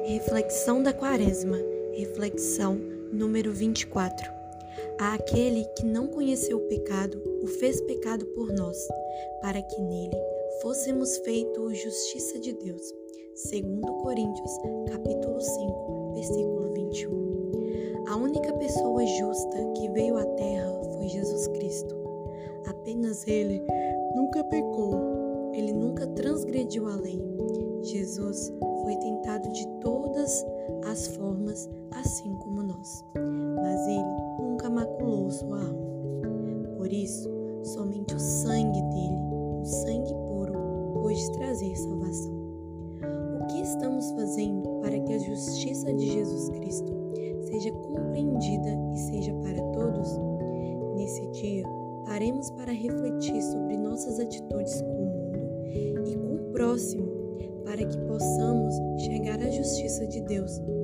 Reflexão da Quaresma, reflexão número 24. Àquele que não conheceu o pecado, o fez pecado por nós, para que nele fôssemos feitos justiça de Deus. 2 Coríntios, capítulo 5, versículo 21. A única pessoa justa que veio à terra foi Jesus Cristo. Apenas Ele nunca pecou, Ele nunca transgrediu a lei. Jesus foi tentado de todas as formas, assim como nós, mas Ele nunca maculou sua alma. Por isso, somente o sangue dele, o sangue puro, pode trazer salvação. O que estamos fazendo para que a justiça de Jesus Cristo seja compreendida e seja para todos? Nesse dia, paremos para refletir sobre nossas atitudes com o mundo e com o próximo, para que possamos chegar à justiça de Deus